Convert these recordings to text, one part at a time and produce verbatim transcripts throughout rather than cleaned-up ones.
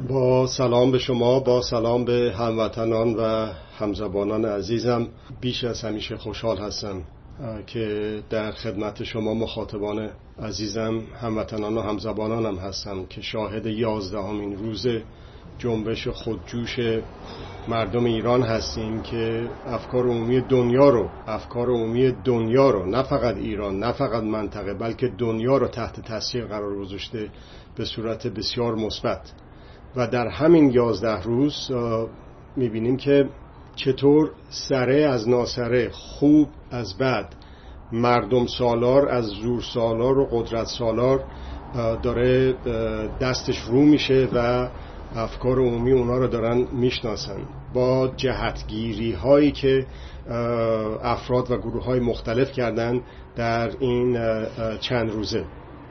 با سلام به شما، با سلام به هموطنان و همزبانان عزیزم. بیش از همیشه خوشحال هستم که در خدمت شما مخاطبان عزیزم، هموطنان و همزبانانم هستم که شاهد یازدهمین روز جنبش خودجوش مردم ایران هستیم که افکار عمومی دنیا رو افکار عمومی دنیا رو نه فقط ایران، نه فقط منطقه، بلکه دنیا رو تحت تاثیر قرار گذاشته به صورت بسیار مثبت. و در همین یازده روز میبینیم که چطور سره از ناسره، خوب از بد، مردم سالار از زور سالار و قدرت سالار داره دستش رو میشه و افکار عمومی اونا رو دارن میشناسن با جهتگیری هایی که افراد و گروه های مختلف کردن در این چند روزه.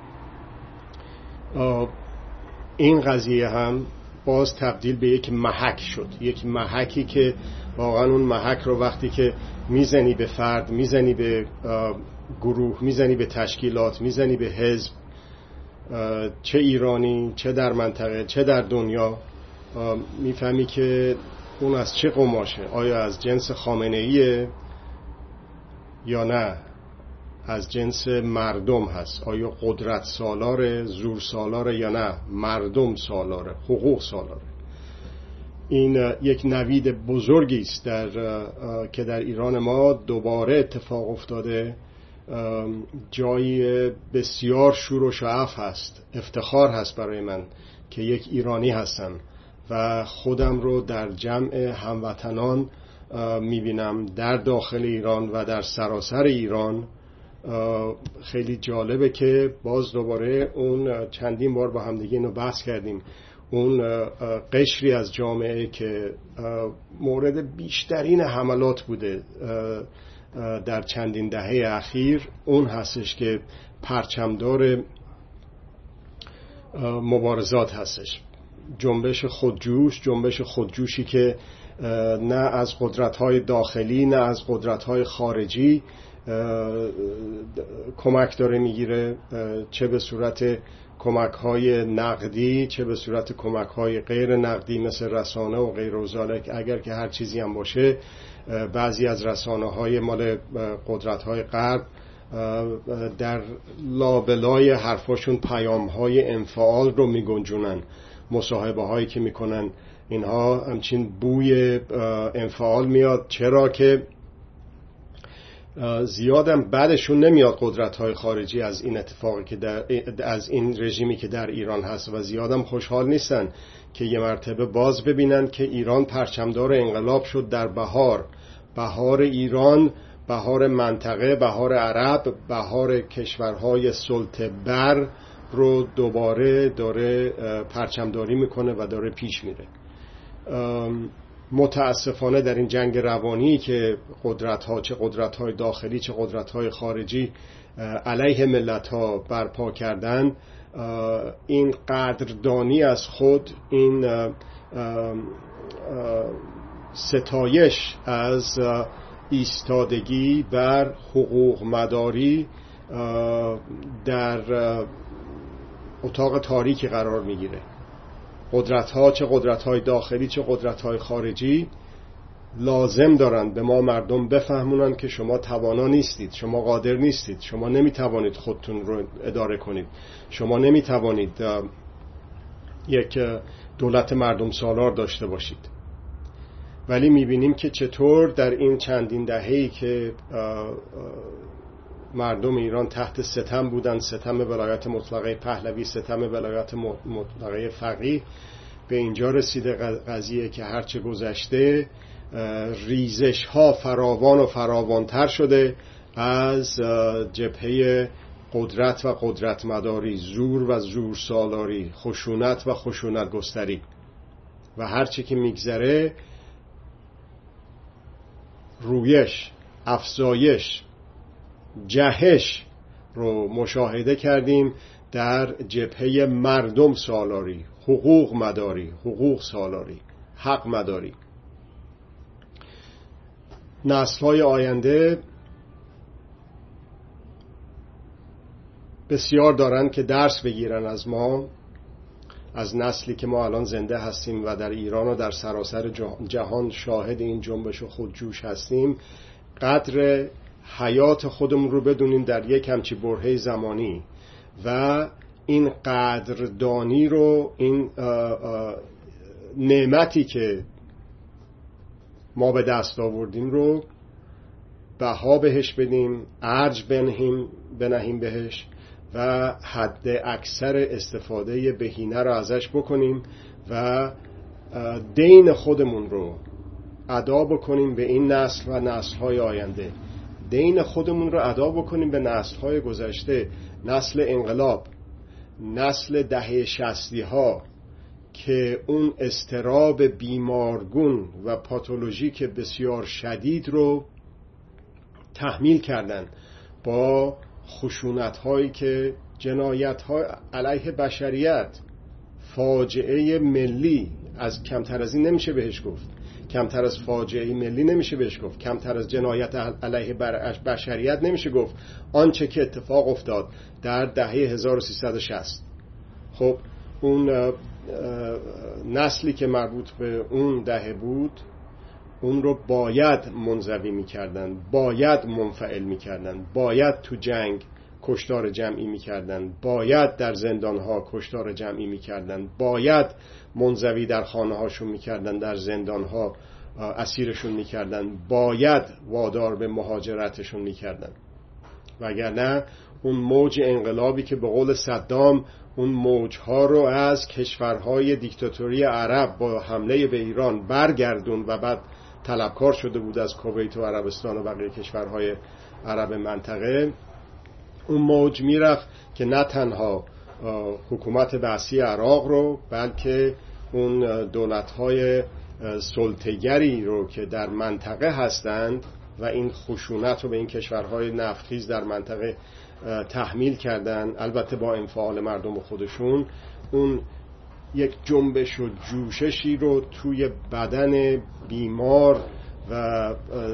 این قضیه هم باز تبدیل به یک محک شد، یک محکی که واقعا اون محک رو وقتی که میزنی به فرد، میزنی به گروه، میزنی به تشکیلات، میزنی به حزب، چه ایرانی، چه در منطقه، چه در دنیا، میفهمی که اون از چه قماشه. آیا از جنس خامنه‌ایه یا نه از جنس مردم هست؟ آیا قدرت سالار، زور سالار یا نه مردم سالاره، حقوق سالاره؟ این یک نوید بزرگی است در که در ایران ما دوباره اتفاق افتاده. جایی بسیار شور و شعف هست، افتخار هست برای من که یک ایرانی هستم و خودم رو در جمع هموطنان میبینم در داخل ایران و در سراسر ایران. خیلی جالبه که باز دوباره اون چندین بار با همدیگه اینو بحث کردیم، اون قشری از جامعه که مورد بیشترین حملات بوده در چندین دهه اخیر، اون هستش که پرچمدار مبارزات هستش. جنبش خودجوش، جنبش خودجوشی که نه از قدرت‌های داخلی نه از قدرت‌های خارجی کمک داره میگیره، چه به صورت کمک‌های نقدی چه به صورت کمک‌های غیر نقدی مثل رسانه و غیر و ذالک. اگر که هر چیزی هم باشه، بعضی از رسانه‌های مال قدرت‌های غرب در لابلای حرفاشون پیام‌های انفعال رو میگنجونن. مصاحبه‌هایی که میکنن اینها همچین بوی انفعال میاد، چرا که زیادم بعدشون نمیاد قدرت‌های خارجی از این اتفاقی که در از این رژیمی که در ایران هست، و زیادم خوشحال نیستن که یه مرتبه باز ببینن که ایران پرچمدار انقلاب شد در بهار بهار ایران، بهار منطقه، بهار عرب، بهار کشورهای سلطه بر رو دوباره داره پرچمداری میکنه و داره پیش میره. متاسفانه در این جنگ روانی که قدرت‌ها، چه قدرت‌های داخلی چه قدرت‌های خارجی، علیه ملت‌ها برپا کردن، این قدردانی از خود، این ستایش از ایستادگی بر حقوق مداری در اتاق تاریکی قرار میگیره. قدرت‌ها، چه قدرت‌های داخلی چه قدرت‌های خارجی، لازم دارن به ما مردم بفهمونن که شما توانا نیستید، شما قادر نیستید، شما نمیتوانید خودتون رو اداره کنید، شما نمیتوانید یک دولت مردم سالار داشته باشید. ولی میبینیم که چطور در این چندین دهه‌ای که مردم ایران تحت ستم بودن، ستم ولایت مطلقه پهلوی، ستم ولایت مطلقه فقیه، به اینجا رسیده قضیه که هرچه گذشته ریزش ها فراوان و فراوانتر شده از جبهه قدرت و قدرت مداری، زور و زور سالاری، خشونت و خشونت گستری، و هرچه که میگذره رویش، افزایش، جهش رو مشاهده کردیم در جبهه مردم سالاری، حقوق مداری، حقوق سالاری، حق مداری. نسل‌های آینده بسیار دارن که درس بگیرن از ما، از نسلی که ما الان زنده هستیم و در ایران و در سراسر جهان شاهد این جنبش و خودجوش هستیم، قدر حیات خودمون رو بدونیم در یک همچی برهه زمانی و این قدردانی رو، این آآ آآ نعمتی که ما به دست آوردیم رو بها بهش بدیم، ارج بنهیم بنهیم بهش و حد اکثر استفاده بهینه رو ازش بکنیم و دین خودمون رو ادا بکنیم به این نسل و نسل‌های آینده. دین خودمون رو ادا بکنیم به نسل‌های گذشته، نسل انقلاب، نسل دهه شصتی ها که اون اضطراب بیمارگون و پاتولوژیک بسیار شدید رو تحمیل کردن با خشونت هایی که جنایت های علیه بشریت، فاجعه ملی، از کمتر از این نمیشه بهش گفت، کمتر از فاجعه ملی نمیشه بهش گفت، کمتر از جنایت علیه بشریت نمیشه گفت آنچه که اتفاق افتاد در دهه هزار و سیصد و شصت. خب اون نسلی که مربوط به اون دهه بود اون رو باید منزوی میکردن، باید منفعل میکردن، باید تو جنگ کشتار جمعی میکردن، باید در زندانها کشتار جمعی میکردن، باید منزوی در خانه هاشون میکردن، در زندانها اسیرشون میکردن، باید وادار به مهاجرتشون میکردن. وگرنه اون موج انقلابی که به قول صدام اون موجها رو از کشورهای دیکتاتوری عرب با حمله به ایران برگردون و بعد طلبکار شده بود از کویت و عربستان و بقیه کشورهای عرب منطقه، اون موج میرفت که نه تنها حکومت بعثی عراق رو بلکه اون دولت‌های سلطه‌گری رو که در منطقه هستند و این خشونت رو به این کشورهای نفتخیز در منطقه تحمیل کردن، البته با انفعال مردم خودشون، اون یک جنبش و جوششی رو توی بدن بیمار و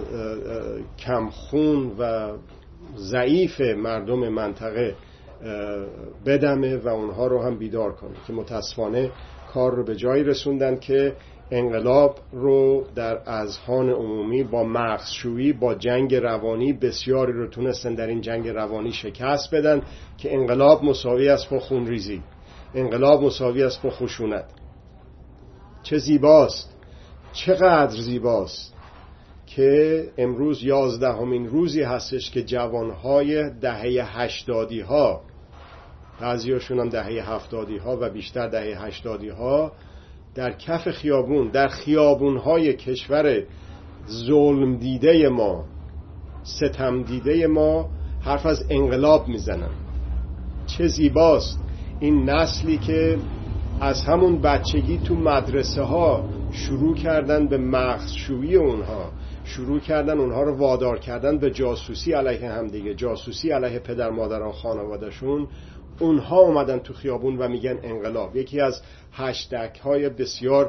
کمخون و ضعیف مردم منطقه بدمه و اونها رو هم بیدار کنه که متاسفانه کار رو به جایی رسوندن که انقلاب رو در اذهان عمومی با مغزشویی، با جنگ روانی بسیاری رو تونستن در این جنگ روانی شکست بدن که انقلاب مساوی است با خونریزی، انقلاب مساوی است با خشونت. چه زیباست، چقدر زیباست که امروز یازدهمین روزی هستش که جوانهای دهه هشتادی ها، بعضیاشون هم دهه هفتادی ها و بیشتر دهه هشتادی ها، در کف خیابون، در خیابونهای کشور ظلم دیده ما، ستم دیده ما حرف از انقلاب میزنن. چه زیباست این نسلی که از همون بچگی تو مدرسه ها شروع کردن به مغزشویی اونها، شروع کردن اونها رو وادار کردن به جاسوسی علیه همدیگه، جاسوسی علیه پدر مادران خانوادهشون. اونها اومدن تو خیابون و میگن انقلاب. یکی از هشتگ های بسیار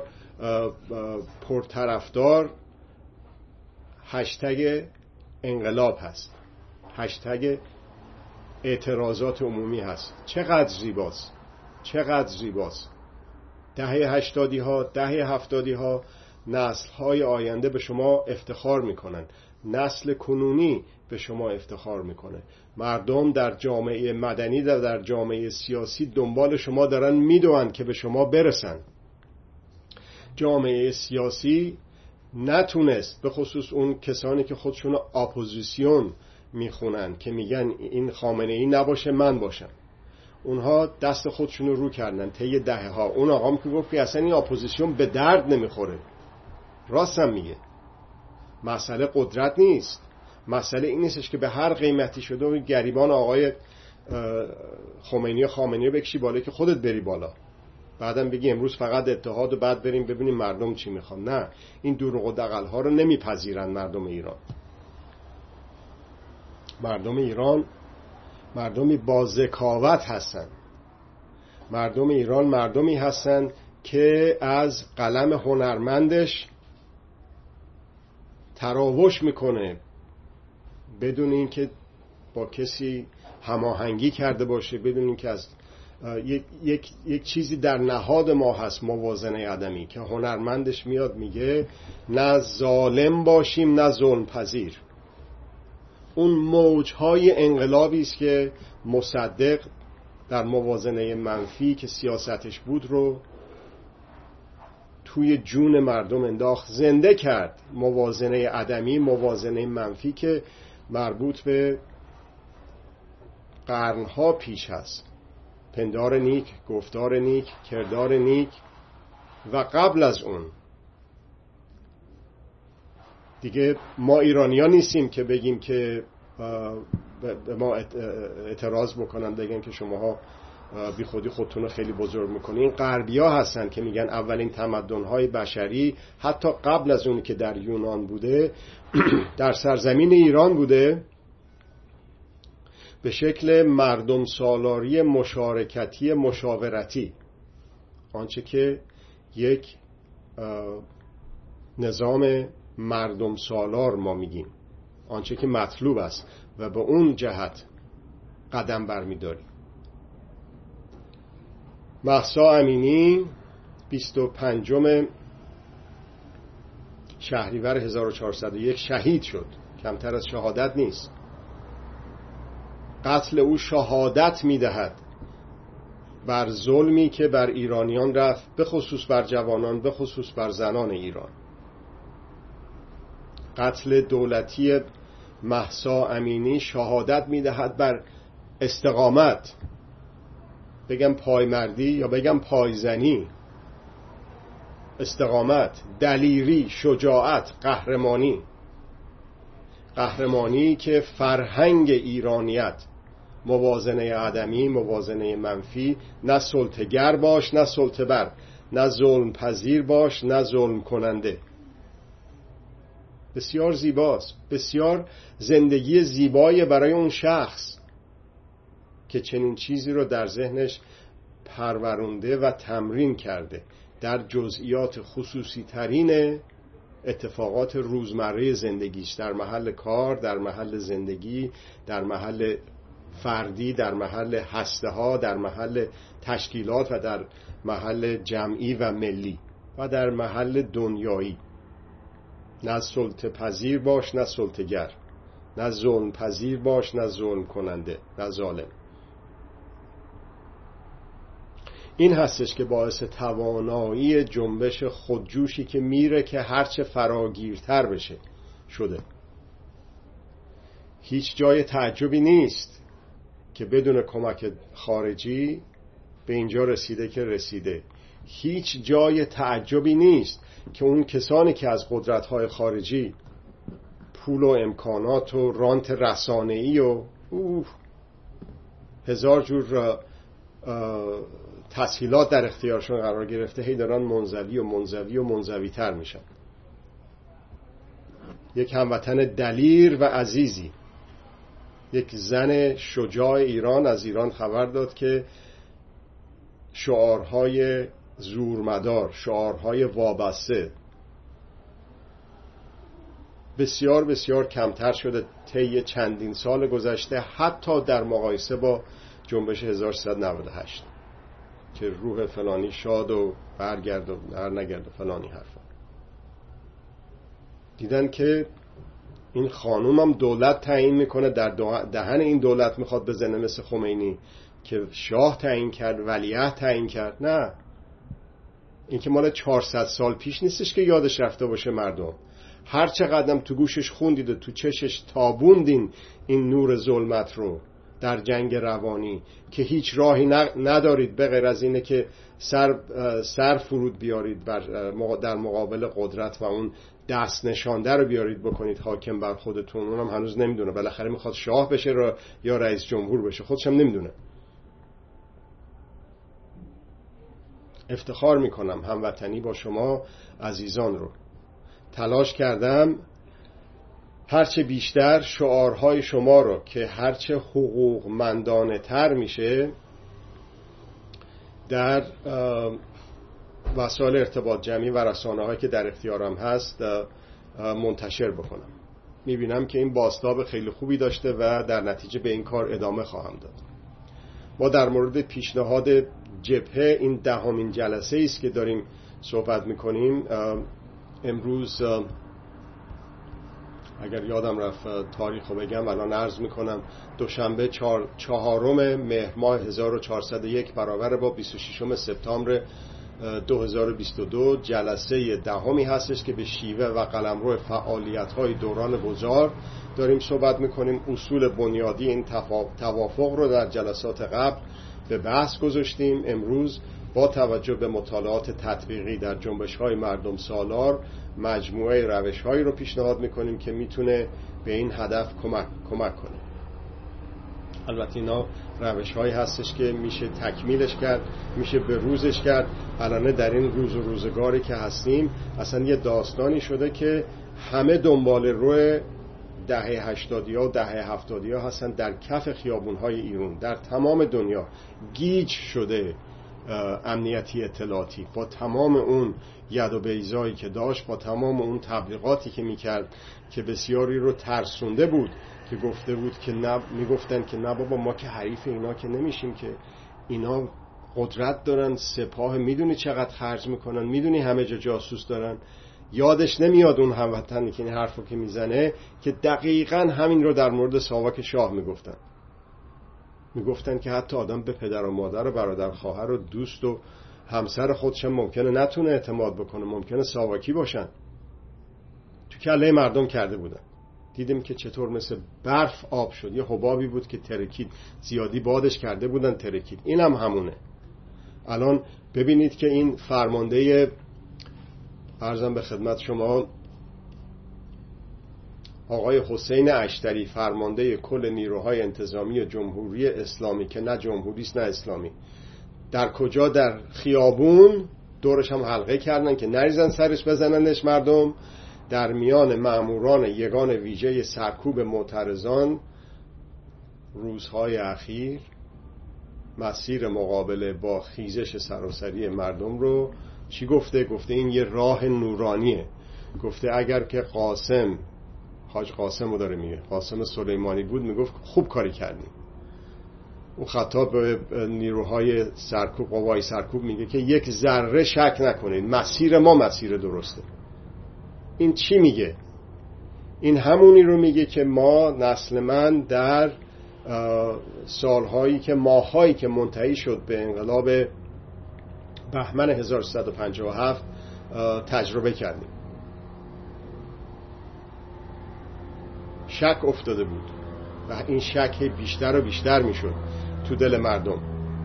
پرطرفدار هشتگ انقلاب هست، هشتگ اعتراضات عمومی هست. چقدر زیباست، چقدر زیباست. دهه هشتادی ها، دهه هفتادی ها، نسل های آینده به شما افتخار میکنن، نسل کنونی به شما افتخار میکنه. مردم در جامعه مدنی و در, در جامعه سیاسی دنبال شما دارن میدوند که به شما برسن. جامعه سیاسی نتونست، به خصوص اون کسانی که خودشون اپوزیسیون میخونن که میگن این خامنه ای نباشه من باشم، اونها دست خودشون رو رو کردن طی دهه ها. اون آقام که گفت که اصلا این اپوزیسیون به درد نمیخوره، راستم میگه. مسئله قدرت نیست، مسئله این نیستش که به هر قیمتی شده و گریبان آقای خمینی و خامنه‌ای بکشی بالا که خودت بری بالا، بعدم بگی امروز فقط اتحاد و بعد بریم ببینیم مردم چی میخوان. نه، این دروغ و دغل ها رو نمیپذیرن مردم ایران. مردم ایران مردمی با ذکاوت هستن. مردم ایران مردمی هستن که از قلم هنرمندش تراوش میکنه بدون اینکه با کسی هماهنگی کرده باشه، بدون اینکه از یک, یک, یک چیزی در نهاد ما هست، موازنه عدمی، که هنرمندش میاد میگه نه ظالم باشیم نه ظلم پذیر. اون موجهای انقلابی است که مصدق در موازنه منفی که سیاستش بود رو توی جون مردم انداخت، زنده کرد. موازنه عدمی، موازنه منفی که مربوط به قرنها پیش هست، پندار نیک، گفتار نیک، کردار نیک. و قبل از اون دیگه ما ایرانیان نیستیم که بگیم که به ما اعتراض بکنن، بگن که شماها بی خودی خودتون رو خیلی بزرگ میکنین. غربیا هستن که میگن اولین تمدن‌های بشری حتی قبل از اونی که در یونان بوده در سرزمین ایران بوده، به شکل مردم سالاری مشارکتی مشاورتی، آنچه که یک نظام مردم سالار ما میگیم، آنچه که مطلوب است و به اون جهت قدم برمی‌داریم. مهسا امینی بیست و پنجم شهریور هزار و چهارصد و یک شهید شد. کمتر از شهادت نیست. قتل او شهادت می‌دهد بر ظلمی که بر ایرانیان رفت، به خصوص بر جوانان، به خصوص بر زنان ایران. قتل دولتی مهسا امینی شهادت می‌دهد بر استقامت، بگم پایمردی یا بگم پایزنی، استقامت، دلیری، شجاعت، قهرمانی. قهرمانی که فرهنگ ایرانیت، موازنه عدمی، موازنه منفی، نه سلطه‌گر باش نه سلطه‌بر، نه ظلم پذیر باش نه ظلم کننده. بسیار زیباست، بسیار زندگی زیبایی برای اون شخص که چنین چیزی رو در ذهنش پرورونده و تمرین کرده در جزئیات خصوصی ترین اتفاقات روزمره زندگیش، در محل کار، در محل زندگی، در محل فردی، در محل هسته ها، در محل تشکیلات و در محل جمعی و ملی و در محل دنیایی. نه سلطه پذیر باش نه سلطه‌گر، نه ظلم پذیر باش نه ظلم کننده، نه ظالم. این هستش که باعث توانایی جنبش خودجوشی که میره که هرچه فراگیرتر بشه شده. هیچ جای تعجبی نیست که بدون کمک خارجی به اینجا رسیده که رسیده. هیچ جای تعجبی نیست که اون کسانی که از قدرت‌های خارجی پول و امکانات و رانت رسانه‌ای و اوه هزار جور تسهیلات در اختیارشون قرار گرفته، هی دارن منزوی و منزوی و منزوی تر میشن. یک هموطن دلیر و عزیزی، یک زن شجاع ایران از ایران خبر داد که شعارهای زورمدار، شعارهای وابسته بسیار بسیار کمتر شده طی چندین سال گذشته، حتی در مقایسه با جنبش هزار و سیصد و نود و هشت که روح فلانی شاد و برگرد و در نگرد و فلانی حرفا. دیدن که این خانوم هم دولت تعیین میکنه، در دهن این دولت میخواد بزنه، مثل خمینی که شاه تعیین کرد، ولیعهد تعیین کرد. نه، این که مال چهارصد سال پیش نیستش که یادش رفته باشه مردم. هر چقدرم تو گوشش خوندید و تو چشش تابوندین این نور ظلمت رو در جنگ روانی که هیچ راهی ندارید به غیر از اینه که سر, سر فرود بیارید در مقابل قدرت و اون دست نشانده رو بیارید بکنید حاکم بر خودتون. اونم هنوز نمیدونه بالاخره میخواد شاه بشه یا رئیس جمهور بشه، خودش هم نمیدونه. افتخار میکنم هموطنی با شما عزیزان رو. تلاش کردم هرچه بیشتر شعارهای شما رو که هرچه حقوقمندانه تر میشه در وسایل ارتباط جمعی و رسانه هایی که در اختیارم هست منتشر بکنم. میبینم که این بازتاب خیلی خوبی داشته و در نتیجه به این کار ادامه خواهم داد. ما در مورد پیشنهاد جبهه این دهمین جلسه است که داریم صحبت میکنیم. امروز اگر یادم رفت تاریخ رو بگم الان عرض میکنم، دوشنبه چهار، چهارم مهر ماه هزار و چهارصد و یک برابر با بیست و ششم سپتامبر دو هزار و بیست و دو جلسه دهمی هستش که به شیوه و قلمرو فعالیت‌های دوران گذار داریم صحبت میکنیم. اصول بنیادی این توافق رو در جلسات قبل به بحث گذاشتیم. امروز با توجه به مطالعات تطبیقی در جنبش‌های مردم سالار مجموعه روش‌هایی رو پیشنهاد میکنیم که میتونه به این هدف کمک کمک کنه. البته اینا روش‌هایی هستش که میشه تکمیلش کرد، میشه به روزش کرد. الان در این روز و روزگاری که هستیم اصلا یه داستانی شده که همه دنبال روی دهه هشتادی ها و دهه هفتادی ها هستن. در کف خیابون‌های ایران در تمام دنیا گیج شده امنیتی اطلاعاتی، با تمام اون ید و بیضایی که داشت، با تمام اون تبلیغاتی که میکرد که بسیاری رو ترسونده بود، که گفته بود که نه، میگفتن که نه بابا ما که حریف اینا که نمیشیم، که اینا قدرت دارن، سپاه میدونی چقدر خرج میکنن، میدونی همه جا جاسوس دارن. یادش نمیاد اون هموطنی که این حرفو که میزنه که دقیقاً همین رو در مورد ساواک شاه میگفتن. میگفتن که حتی آدم به پدر و مادر و برادر خواهر و دوست و همسر خودش ممکنه نتونه اعتماد بکنه، ممکنه ساواکی باشن. تو کله مردم کرده بودن. دیدیم که چطور مثل برف آب شد. یه حبابی بود که ترکید، زیادی بادش کرده بودن ترکید. این هم همونه. الان ببینید که این فرمانده، عرضم به خدمت شما، آقای حسین اشتری، فرمانده کل نیروهای انتظامی جمهوری اسلامی که نه جمهوریست نه اسلامی، در کجا؟ در خیابون دورش هم حلقه کردن که نریزن سرش بزننش مردم. در میان مأموران یگان ویژه سرکوب معترضان روزهای اخیر مسیر مقابله با خیزش سراسری مردم رو چی گفته؟ گفته این یه راه نورانیه. گفته اگر که قاسم، حاج قاسم رو داره میگه، قاسم سلیمانی بود، میگفت خوب کاری کردیم. اون خطاب به نیروهای سرکوب، قوای سرکوب، میگه که یک ذره شک نکنید، مسیر ما مسیر درسته. این چی میگه؟ این همونی رو میگه که ما، نسل من، در سالهایی که ماهایی که منتهی شد به انقلاب بهمن هزار و سیصد و پنجاه و هفت تجربه کردیم. شک افتاده بود و این شک بیشتر و بیشتر میشد تو دل مردم.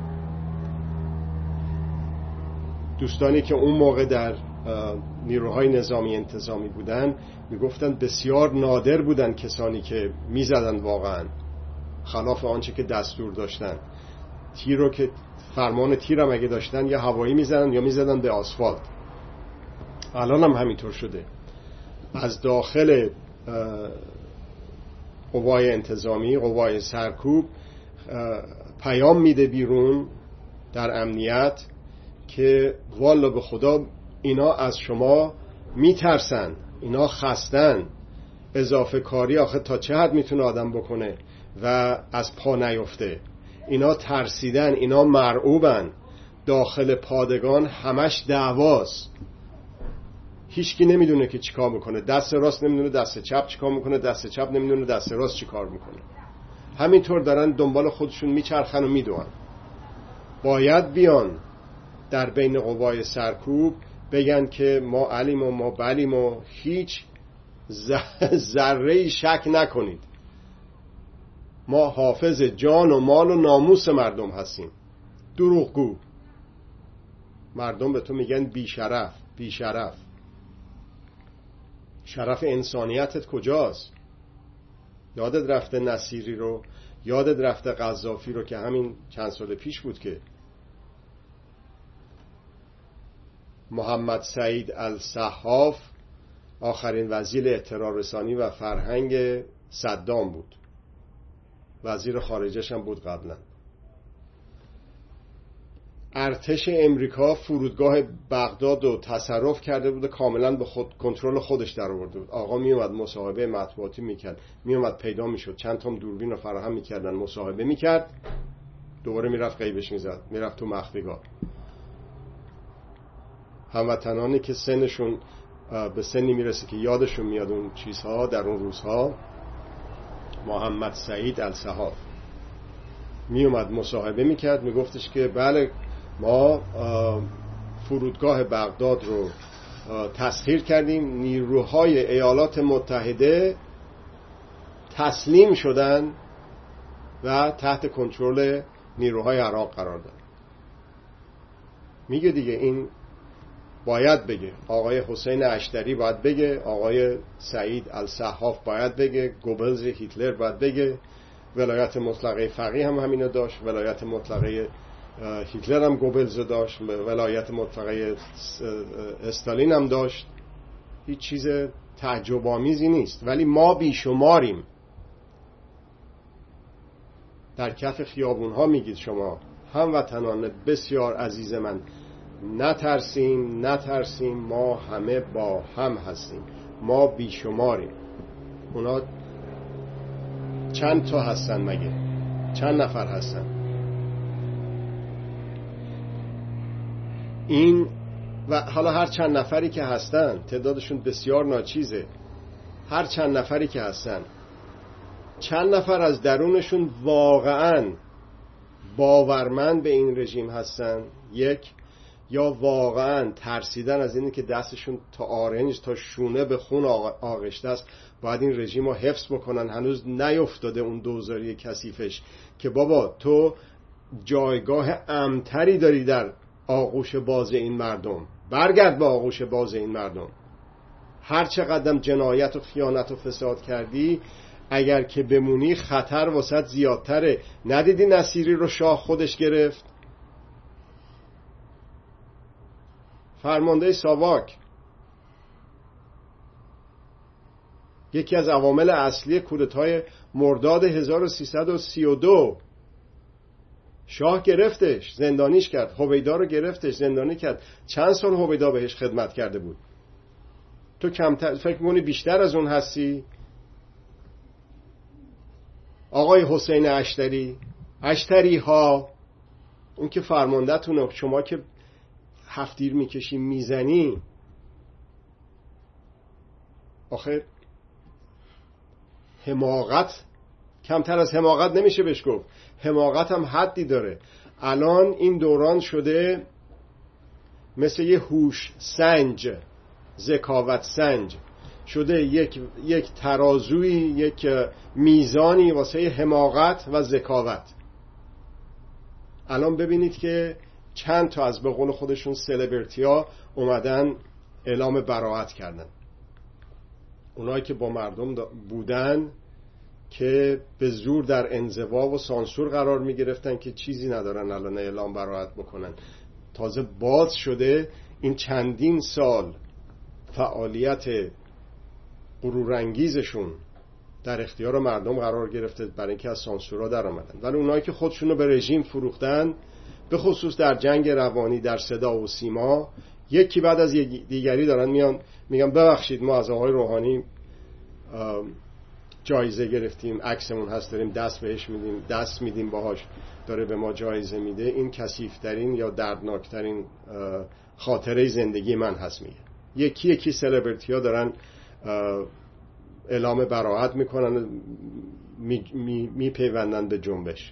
دوستانی که اون موقع در نیروهای نظامی انتظامی بودن میگفتن بسیار نادر بودن کسانی که میزدن واقعا خلاف آنچه که دستور داشتن. تیر رو که فرمان تیر هم اگه داشتن یا هوایی میزدن یا میزدن به آسفالت. الان هم همینطور شده. از داخل قوای انتظامی، قوای سرکوب پیام میده بیرون در امنیت که والا به خدا اینا از شما میترسن، اینا خستن. اضافه کاری آخه تا چه حد میتونه آدم بکنه و از پا نیفته؟ اینا ترسیدن، اینا مرعوبن. داخل پادگان همش دعواست، هیچکی نمیدونه که چیکار میکنه. دست راست نمیدونه دست چپ چیکار میکنه، دست چپ نمیدونه دست راست چیکار میکنه. همینطور دارن دنبال خودشون میچرخن و میدوئن. باید بیان در بین قوای سرکوب بگن که ما علیم و ما بلیم و هیچ ذره شک نکنید، ما حافظ جان و مال و ناموس مردم هستیم. دروغگو. مردم به تو میگن بی شرف. بی شرف. شرف انسانیتت کجاست؟ یادت رفته نصیری رو، یادت رفته قذافی رو که همین چند سال پیش بود که محمد سعید الصحاف آخرین وزیر اطلاع رسانی و فرهنگ صدام بود، وزیر خارجش هم بود قبلا. ارتش امریکا فرودگاه بغداد رو تصرف کرده بود، کاملا به خود کنترل خودش در آورده بود. آقا می اومد مصاحبه مطبوعاتی میکرد، می اومد پیدا میشد، چند تا دوربین رو فراهم میکردن، مصاحبه میکرد. دوباره میرفت غیبش میزد، میرفت تو مخفیگاه. هموطنانی که سنشون به سنی میرسه که یادشون میاد اون چیزها در اون روزها، محمد سعید الصحاف می اومد مصاحبه میکرد، میگفتش که بله ما فرودگاه بغداد رو تسخیر کردیم، نیروهای ایالات متحده تسلیم شدن و تحت کنترل نیروهای عراق قرار دادن. میگه دیگه این باید بگه، آقای حسین اشتری باید بگه، آقای سعید الصحاف باید بگه، گوبلز هیتلر باید بگه، ولایت مطلقه فقیه هم همینو داشت، ولایت مطلقه هیتلر هم گوبلز داشت، ولایت مطلقه استالین هم داشت. هیچ چیز تعجب آمیزی نیست، ولی ما بیشماریم. در کف خیابون ها میگید شما هموطنان بسیار عزیز من، نترسیم نترسیم، ما همه با هم هستیم، ما بیشماریم. اونا چند تا هستن مگه؟ چند نفر هستن؟ این و حالا هر چند نفری که هستن تعدادشون بسیار ناچیزه، هر چند نفری که هستن چند نفر از درونشون واقعاً باورمند به این رژیم هستن؟ یک، یا واقعاً ترسیدن از اینه که دستشون تا آرنج تا شونه به خون آغشته است، باید این رژیم رو حفظ بکنن، هنوز نیفتاده اون دوزاری کثیفش که بابا تو جایگاه امن‌تری داری در آغوش باز این مردم، برگرد به آغوش باز این مردم. هر چقدر جنایت و خیانت و فساد کردی، اگر که بمونی خطر واسط زیادتره. ندیدی نصیری رو شاه خودش گرفت؟ فرمانده ساواک یکی از عوامل اصلی کودتای مرداد هزار و سیصد و سی و دو، شاه گرفتش، زندانیش کرد. هویدا رو گرفتش، زندانی کرد. چند سال هویدا بهش خدمت کرده بود؟ تو کمتر فکر می‌کنی بیشتر از اون هستی؟ آقای حسین اشتری، اشتری ها، اون که فرمانده تونه، شما که هفتیر میکشی میزنی، آخه حماقت کمتر از حماقت نمیشه بهش گفت. حماقت هم حدی داره. الان این دوران شده مثل یه هوش سنج، ذکاوت سنج شده، یک یک ترازوی، یک میزانی واسه حماقت و ذکاوت. الان ببینید که چند تا از به قول خودشون سلبریتی ها اومدن اعلام براءت کردن. اونایی که با مردم بودن که به زور در انزوا و سانسور قرار می گرفتن که چیزی ندارن الان اعلام براءت بکنن. تازه باز شده این چندین سال فعالیت غرورانگیزشون در اختیار مردم قرار گرفته برای اینکه از سانسورها در آمدن. ولی اونایی که خودشونو به رژیم فروختن، به خصوص در جنگ روانی، در صدا و سیما، یکی بعد از دیگری دارن میان میگن ببخشید ما از آقای روحانی جایزه گرفتیم، عکسمون هست، داریم دست بهش میدیم، دست میدیم باهاش، داره به ما جایزه میده. این کثیف‌ترین یا دردناکترین خاطره زندگی من هست. میگه یکی یکی سلبریتی ها دارن اعلام براءت میکنن، میپیوندن می به جنبش.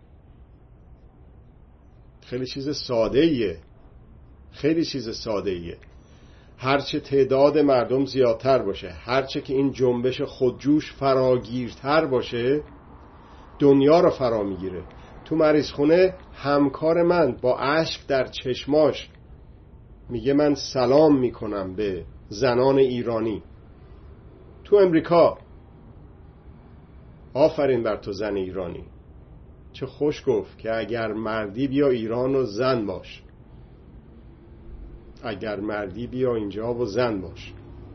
خیلی چیز ساده ایه، خیلی چیز ساده ایه. هرچه تعداد مردم زیادتر باشه، هرچه که این جنبش خودجوش فراگیرتر باشه، دنیا رو فرا میگیره. تو مریض خونه همکار من با اشک در چشماش میگه من سلام میکنم به زنان ایرانی. تو امریکا آفرین بر تو زن ایرانی، چه خوش گفت که اگر مردی بیا ایران و زن باش، اگر مردی بیا اینجا و زن باش.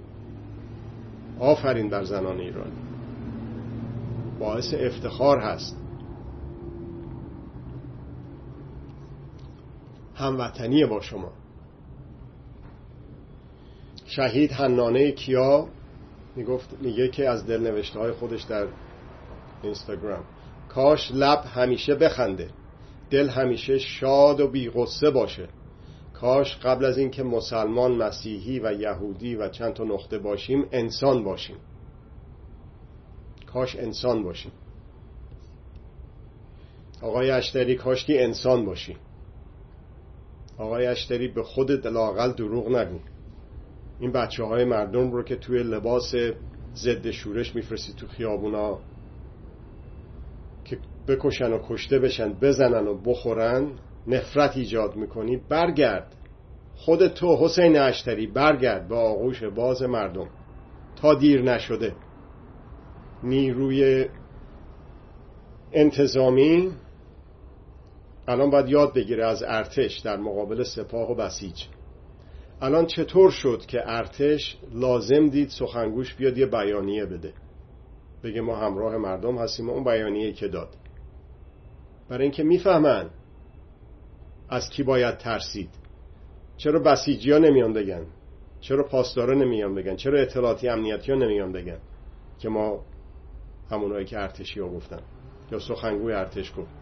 آفرین بر زنان ایرانی، باعث افتخار هست. هموطنی با شما. شهید حنانه کیا میگفت، میگه که از دلنوشته های خودش در اینستاگرام، کاش لب همیشه بخنده دل همیشه شاد و بی غصه باشه. کاش قبل از این که مسلمان، مسیحی و یهودی و چند تا نقطه باشیم انسان باشیم. کاش انسان باشیم. آقای اشتری کاشکی انسان باشی. آقای اشتری به خودت لااقل دروغ نگو. این بچه های مردم رو که توی لباس ضد شورش میفرستی تو خیابونا که بکشن و کشته بشن، بزنن و بخورن، نفرت ایجاد میکنی. برگرد خود تو حسین اشتری، برگرد به آغوش باز مردم تا دیر نشده. نیروی انتظامی الان باید یاد بگیره از ارتش در مقابل سپاه و بسیج. الان چطور شد که ارتش لازم دید سخنگوش بیاد یه بیانیه بده، بگه ما همراه مردم هستیم؟ اون بیانیه که داد برای اینکه میفهمن از کی باید ترسید. چرا بسیجی ها نمیان بگن؟ چرا پاسدارا نمیان بگن؟ چرا اطلاعاتی امنیتی ها نمیان بگن که ما همونایی که ارتشی ها گفتن یا سخنگوی ارتش گفت؟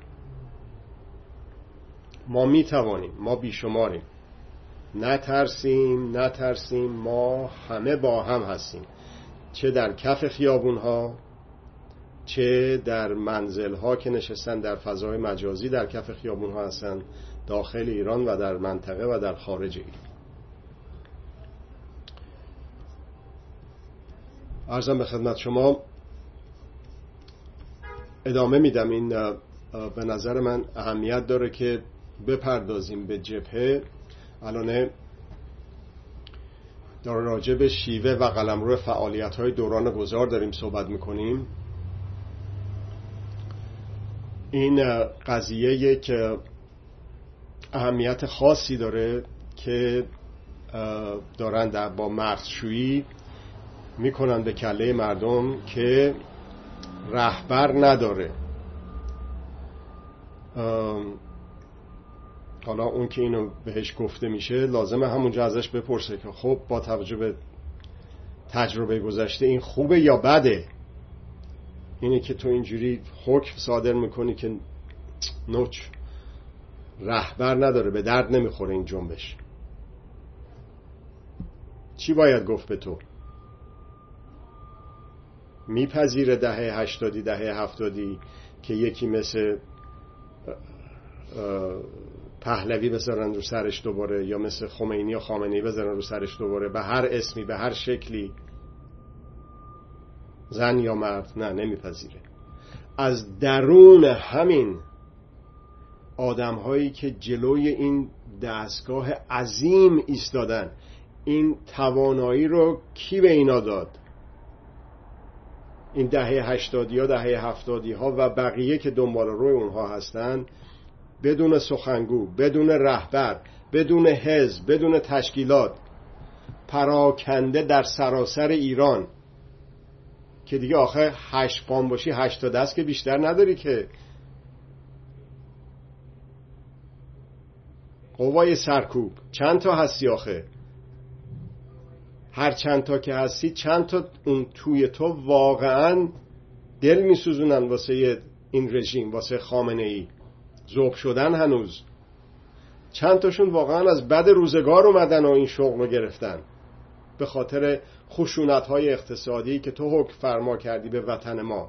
ما میتوانیم، ما بیشماریم. نترسیم نترسیم ما همه با هم هستیم، چه در کف خیابون ها، چه در منزل ها که نشستن در فضای مجازی در کف خیابون ها هستن، داخل ایران و در منطقه و در خارج ایران. عرضم به خدمت شما، ادامه میدم. این به نظر من اهمیت داره که بپردازیم به جبهه. الان در راجع به شیوه و قلمرو فعالیت‌های دوران گذار داریم صحبت میکنیم. این قضیه یک اهمیت خاصی داره که دارن در با مغزشویی میکنن به کله مردم که رهبر نداره. حالا اون که اینو بهش گفته میشه لازمه همونجا ازش بپرسه که خب با توجه به تجربه گذشته این خوبه یا بده؟ اینه که تو اینجوری حکم صادر میکنی که نوچ رهبر نداره، به درد نمیخوره این جنبش. چی باید گفت به تو؟ میپذیره دهه هشتادی دهه هفتادی که یکی مثل پهلوی بذارن رو سرش دوباره، یا مثل خمینی یا خامنه‌ای بذارن رو سرش دوباره، به هر اسمی به هر شکلی، زن یا مرد؟ نه، نمیپذیره. از درون همین آدم هایی که جلوی این دستگاه عظیم ایستادن، این توانایی رو کی به اینا داد؟ این دهه هشتادی ها دهه هفتادی ها و بقیه که دنبال روی اونها هستن، بدون سخنگو، بدون رهبر، بدون حزب، بدون تشکیلات، پراکنده در سراسر ایران که دیگه آخه هشت پام باشی هشت تا دست که بیشتر نداری که. قوای سرکوب چند تا هستی آخه؟ هر چند تا که هستی چند تا اون توی تو واقعا دل میسوزونن واسه این رژیم، واسه خامنه‌ای؟ ذوب شدن هنوز؟ چند تاشون واقعا از بد روزگار اومدن و این شغل رو گرفتن به خاطر خشونت‌های اقتصادی که تو حکم فرما کردی به وطن ما؟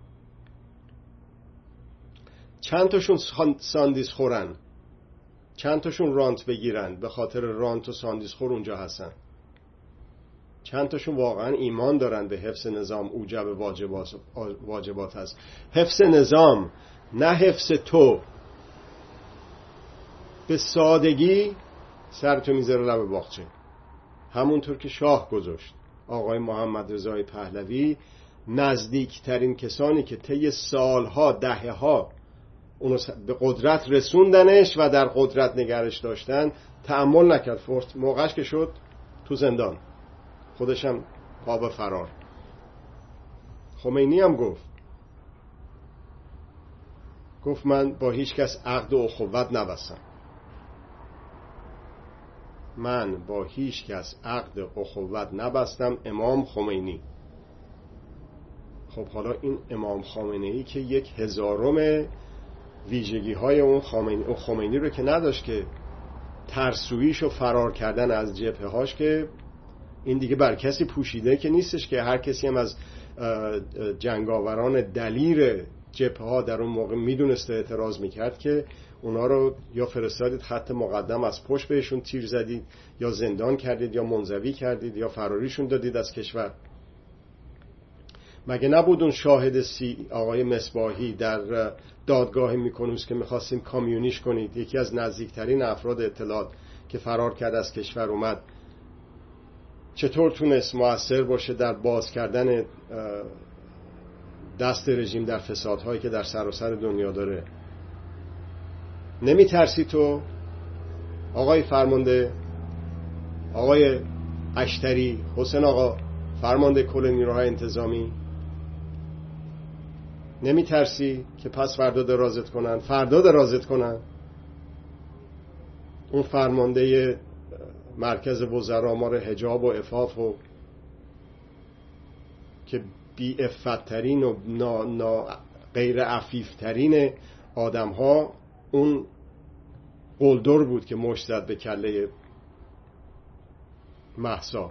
چند تاشون ساندیس خورن؟ چند تاشون رانت بگیرن به خاطر رانت و ساندیس خور اونجا هستن؟ چند تاشون واقعا ایمان دارن به حفظ نظام اوجب واجبات, واجبات هست؟ حفظ نظام، نه حفظ تو. به سادگی سرتو میذاره لب باغچه، همونطور که شاه گذاشت. آقای محمد رضای پهلوی نزدیکترین کسانی که طی سالها دهه‌ها اونو به قدرت رسوندنش و در قدرت نگرش داشتن تأمل نکرد. فرصت موقعش که شد تو زندان، خودشم پا به فرار. خمینی هم گفت گفت من با هیچ کس عقد و اخوت نبستم. من با هیچ کس عقد اخوت نبستم. امام خمینی. خب حالا این امام خامنه‌ای که یک هزارم ویژگی های اون خمینی, اون خمینی رو که نداشت، که ترسویش و فرار کردن از جبهه هاش، که این دیگه بر کسی پوشیده که نیستش، که هر کسی هم از جنگاوران دلیر جبهه ها در اون موقع میدونسته اعتراض میکرد که اونا رو یا فرستادید خط مقدم، از پشت بهشون تیر زدید، یا زندان کردید، یا منزوی کردید، یا فراریشون دادید از کشور. مگه نبود اون شاهد سی آقای مصباحی در دادگاه میکنوس که میخواستیم کامیونیش کنید، یکی از نزدیکترین افراد اطلاعات که فرار کرد از کشور اومد، چطور تونست مؤثر باشه در باز کردن دست رژیم در فسادهایی که در سراسر دنیا داره؟ نمی ترسی تو آقای فرمانده، آقای اشتری، حسین آقا فرمانده کل نیروهای انتظامی؟ نمی ترسی که پس فردا درازت کنن؟ فردا درازت کنن. اون فرمانده مرکز وزرا ما رو حجاب و عفاف و که بی عفت‌ترین و نا نا غیر عفیف‌ترین آدم ها، اون قلدر بود که مشت زد به کله مهسا.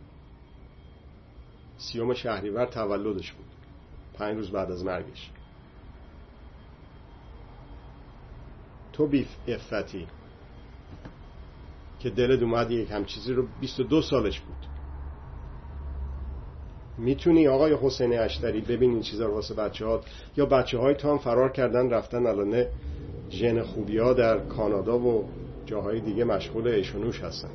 سیوم شهریور تولدش بود، پنج روز بعد از مرگش. تو بی عفتی که دلت اومد یک هم چیزی رو، بیست و دو سالش بود. میتونی آقای حسین اشتری ببین این چیزا رو واسه بچه‌هات، یا بچه‌های تو هم فرار کردن رفتن الان ژن خوبیا در کانادا و جاهای دیگه مشغول ایشونوش هستن.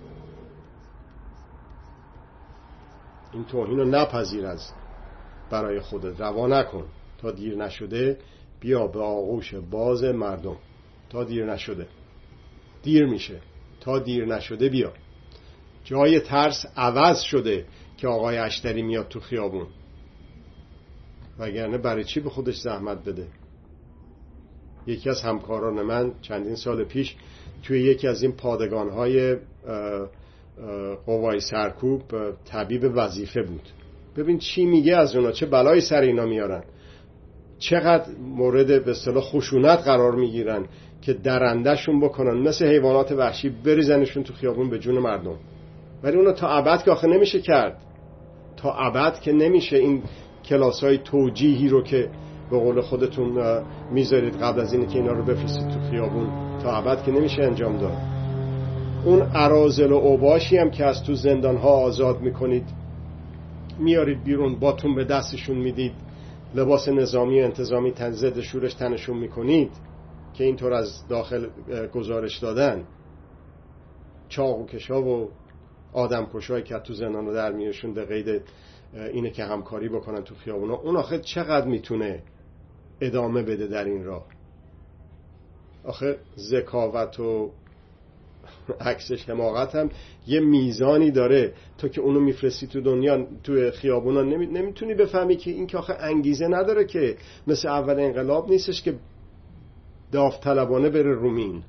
این توهین رو نپذیر، از برای خودت روا نکن. تا دیر نشده بیا به آغوش باز مردم. تا دیر نشده، دیر میشه. تا دیر نشده بیا. جای ترس عوض شده که آقای اشتری میاد تو خیابون، وگرنه برای چی به خودش زحمت بده؟ یکی از همکاران من چندین سال پیش توی یکی از این پادگان‌های قوای سرکوب طبیب وظیفه بود. ببین چی میگه از اونا، چه بلایی سر اینا میارن، چقدر مورد به اصطلاح خشونت قرار میگیرن که درندشون بکنن، مثل حیوانات وحشی بریزنشون تو خیابون به جون مردم. ولی اونا تا ابد که آخه نمیشه کرد، تا ابد که نمیشه این کلاس‌های توجیهی رو که به قول خودتون میذارید قبل از اینه که اینا رو بفرستید تو خیابون، تا ابد که نمیشه انجام داد. اون اراذل و اوباشی هم که از تو زندان‌ها آزاد میکنید، میارید بیرون، باتون به دستشون میدید، لباس نظامی انتظامی تن ضد شورش تنشون میکنید که اینطور از داخل گزارش دادن، چاقو کشا و آدم کشایی که تو زندان رو در میارشون به قید اینه که همکاری بکنن تو خیابونا. اون آخه چقدر میتونه ادامه بده در این راه؟ آخه ذکاوت و عکسش حماقت هم یه میزانی داره. تو که اونو میفرستی تو دنیا تو خیابونا نمی... نمیتونی بفهمی که این که آخه انگیزه نداره، که مثل اول انقلاب نیستش که داوطلبانه بره رومین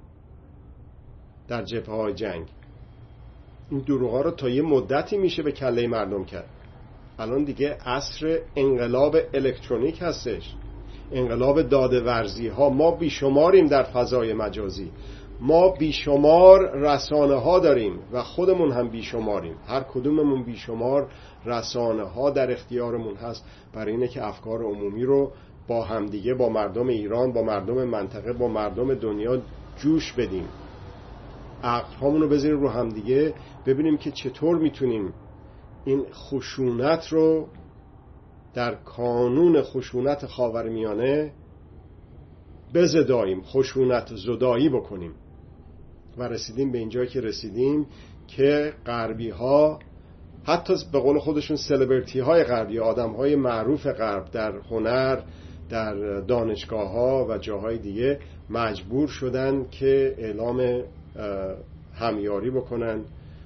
در جبهه های جنگ. این دروغا رو تا یه مدتی میشه به کله مردم کرد. الان دیگه عصر انقلاب الکترونیک هستش، انقلاب داده‌ورزی ها. ما بیشماریم در فضای مجازی، ما بیشمار رسانه ها داریم و خودمون هم بیشماریم، هر کدوممون بیشمار رسانه ها در اختیارمون هست برای اینه که افکار عمومی رو با همدیگه، با مردم ایران، با مردم منطقه، با مردم دنیا جوش بدیم. عقل هامون رو بذاریم رو همدیگه، ببینیم که چطور میتونیم این خشونت رو در کانون خشونت خاورمیانه بزداییم، خشونت زدایی بکنیم. و رسیدیم به اینجایی که رسیدیم که غربی ها، حتی به قول خودشون سلبریتی های غربی، آدم های معروف غرب در هنر، در دانشگاه ها و جاهای دیگه، مجبور شدن که اعلام همیاری بکنن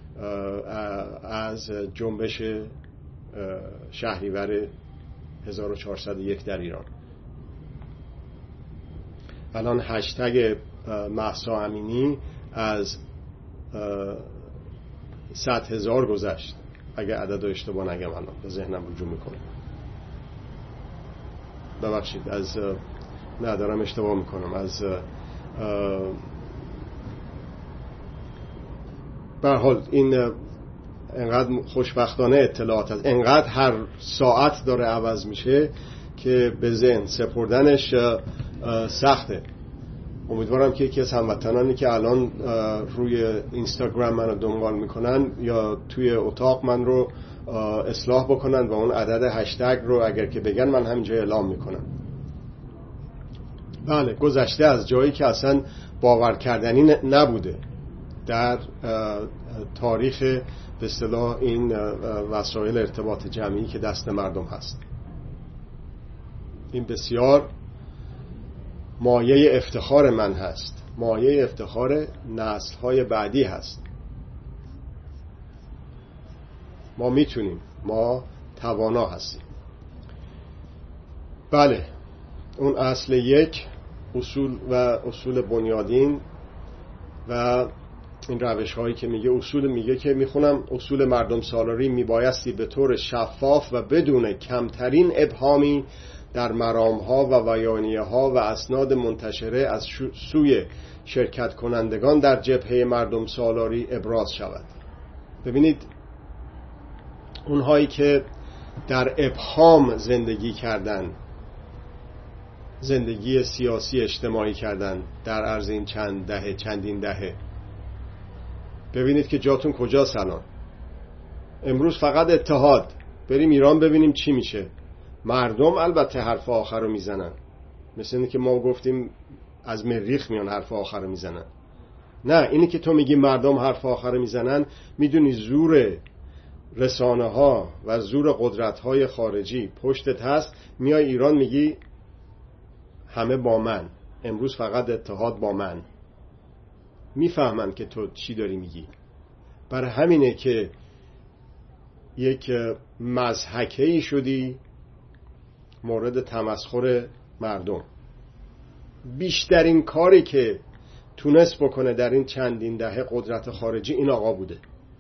از جنبش شهریور هزار و چهارصد و یک در ایران. الان هشتگ مهسا امینی از صد هزار گذشت، اگه عدد اشتباه نگم، الان به ذهنم رجوع میکنه. ببخشید، از ندارم اشتباه میکنم، از به هر حال این انقدر خوشبختانه اطلاعات هست، انقدر هر ساعت داره عوض میشه که به ذهن سپردنش سخته. امیدوارم که یکی از هموطنانی که الان روی اینستاگرام منو دنبال میکنن یا توی اتاق من رو اصلاح بکنن و اون عدد هشتگ رو اگر که بگن من همینجا اعلام میکنم. بله، گذشته از جایی که اصلا باور کردنی نبوده در تاریخ به اصطلاح این وسایل ارتباط جمعی که دست مردم هست. این بسیار مایه افتخار من هست، مایه افتخار نسل‌های بعدی هست. ما میتونیم، ما توانا هستیم. بله، اون اصل یک، اصول و اصول بنیادین و این روش هایی که میگه اصول، میگه که میخونم اصول مردم سالاری میبایستی به طور شفاف و بدون کمترین ابهامی در مرام ها و بیانیه ها و اسناد منتشره از سوی شرکت کنندگان در جبهه مردم سالاری ابراز شود. ببینید، اونهایی که در ابهام زندگی کردن، زندگی سیاسی اجتماعی کردن در عرض این چند دهه، چندین دهه، ببینید که جاتون کجاست الان. امروز فقط اتحاد، بریم ایران ببینیم چی میشه. مردم البته حرف آخر رو میزنن، مثل اینه که ما گفتیم از مریخ میان حرف آخر رو میزنن. نه، اینی که تو میگی مردم حرف آخر رو میزنن، میدونی زور رسانه ها و زور قدرت های خارجی پشتت هست. میای ایران میگی همه با من، امروز فقط اتحاد با من. میفهمن که تو چی داری میگی. برای همینه که یک مضحکه‌ای شدی مورد تمسخر مردم. بیشترین کاری که تونست بکنه در این چندین دهه قدرت خارجی این آقا بوده.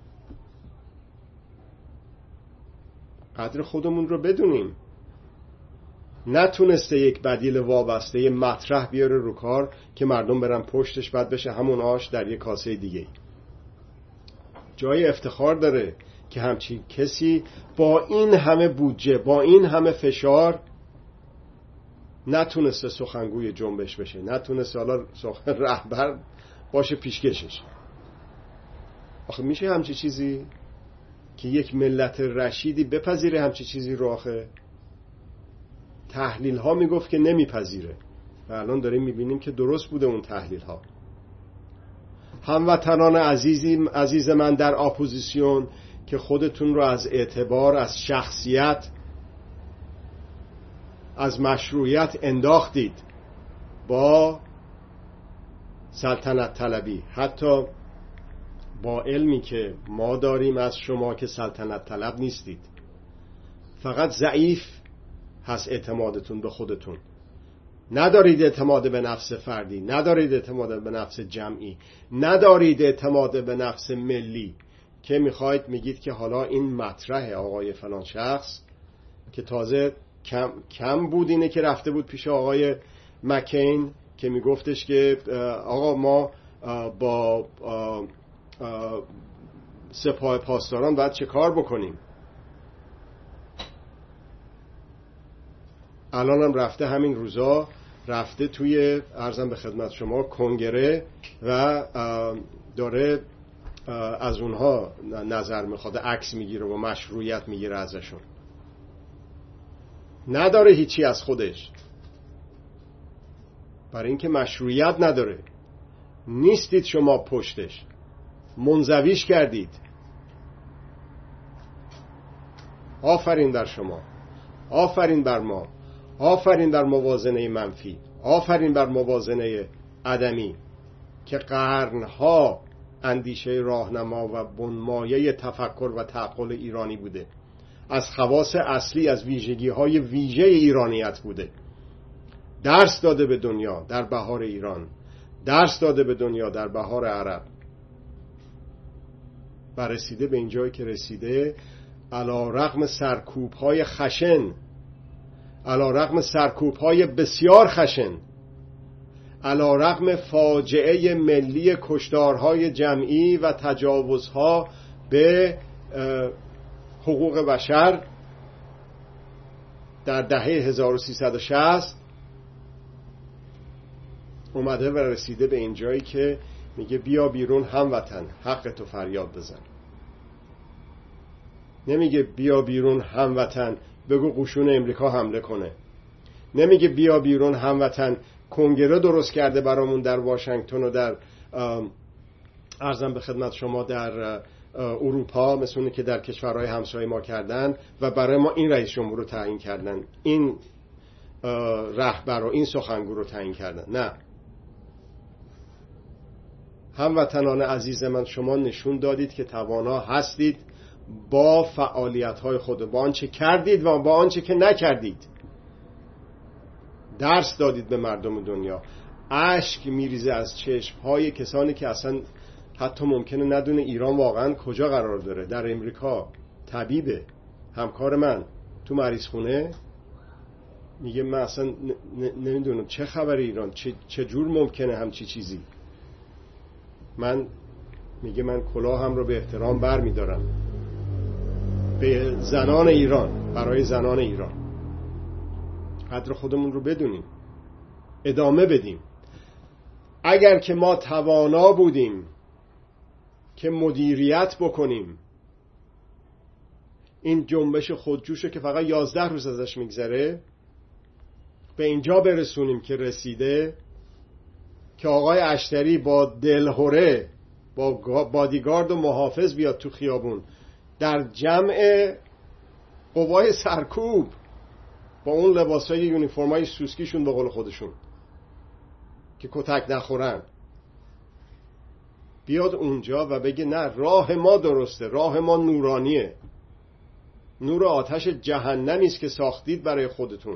قدر خودمون رو بدونیم. نتونسته یک بدیل وابسته مطرح بیاره رو کار که مردم برن پشتش، بعد بشه همون آش در یک کاسه دیگه. جای افتخار داره که همچین کسی با این همه بودجه، با این همه فشار نتونسته سخنگوی جنبش بشه، نتونسته حالا سخن رهبر باشه پیشکشش. آخه میشه همچین چیزی که یک ملت رشیدی بپذیره همچین چیزی رو؟ آخه تحلیل ها میگفت که نمیپذیره و الان داریم میبینیم که درست بوده اون تحلیل ها. هموطنان عزیزی عزیز من در اپوزیسیون که خودتون رو از اعتبار، از شخصیت، از مشروعیت انداختید با سلطنت طلبی، حتی با علمی که ما داریم از شما که سلطنت طلب نیستید، فقط ضعیف هست اعتمادتون به خودتون. ندارید اعتماد به نفس فردی، ندارید اعتماد به نفس جمعی، ندارید اعتماد به نفس ملی که میخواید میگید که حالا این مطرح آقای فلان شخص که تازه کم, کم بود اینه که رفته بود پیش آقای مکین که میگفتش که آقا ما با سپاه پاسداران باید چه کار بکنیم. الان هم رفته همین روزا رفته توی عرضم به خدمت شما کنگره و داره از اونها نظر میخواد، عکس میگیره و مشروعیت میگیره ازشون. نداره هیچی از خودش، برای اینکه مشروعیت نداره. نیستید شما پشتش، منزویش کردید. آفرین بر شما، آفرین بر ما، آفرین بر موازنه منفی، آفرین بر موازنه عدمی که قرنها اندیشه راهنما و بنمایه تفکر و تعقل ایرانی بوده، از خواص اصلی، از ویژگی های ویژه ایرانیت بوده. درس داده به دنیا در بهار ایران، درس داده به دنیا در بهار عرب و رسیده به اینجایی که رسیده، علی رغم سرکوب های خشن، علیرغم سرکوب‌های بسیار خشن، علیرغم فاجعه ملی کشتارهای جمعی و تجاوزها به حقوق بشر در دهه هزار و سیصد و شصت، اومده و رسیده به این جایی که میگه بیا بیرون هموطن، حق تو فریاد بزن. نمیگه بیا بیرون هموطن، بگو قشون امریکا حمله کنه. نمیگه بیا بیرون هموطن، کنگره درست کرده برامون در واشنگتن و در عرضم به خدمت شما در اروپا، مثل اونی که در کشورهای همسایه ما کردن و برای ما این رئیس جمهور رو تعیین کردن، این رهبر و این سخنگو رو تعیین کردن. نه، هموطنان عزیز من، شما نشون دادید که توانا هستید با فعالیت‌های خود، با آنچه کردید و با آنچه که نکردید. درس دادید به مردم دنیا. اشک میریزه از چشم‌های کسانی که اصلا حتی ممکنه ندونه ایران واقعا کجا قرار داره. در امریکا طبیبه، همکار من تو مریض خونه، میگه من اصلا نمیدونم چه خبر ایران، چه, چه جور ممکنه همچی چیزی. من میگه من کلاهم رو به احترام بر میدارم به زنان ایران، برای زنان ایران. قدر خودمون رو بدونیم، ادامه بدیم. اگر که ما توانا بودیم که مدیریت بکنیم این جنبش خودجوشه که فقط یازده روز ازش میگذره، به اینجا برسونیم که رسیده، که آقای اشتری با دلهره با بادیگارد و محافظ بیاد تو خیابون در جمع قوای سرکوب با اون لباسای یونیفرمای سوسکیشون به قول خودشون که کتک نخورن، بیاد اونجا و بگه نه، راه ما درسته، راه ما نورانیه، نور آتش جهنمی است که ساختید برای خودتون.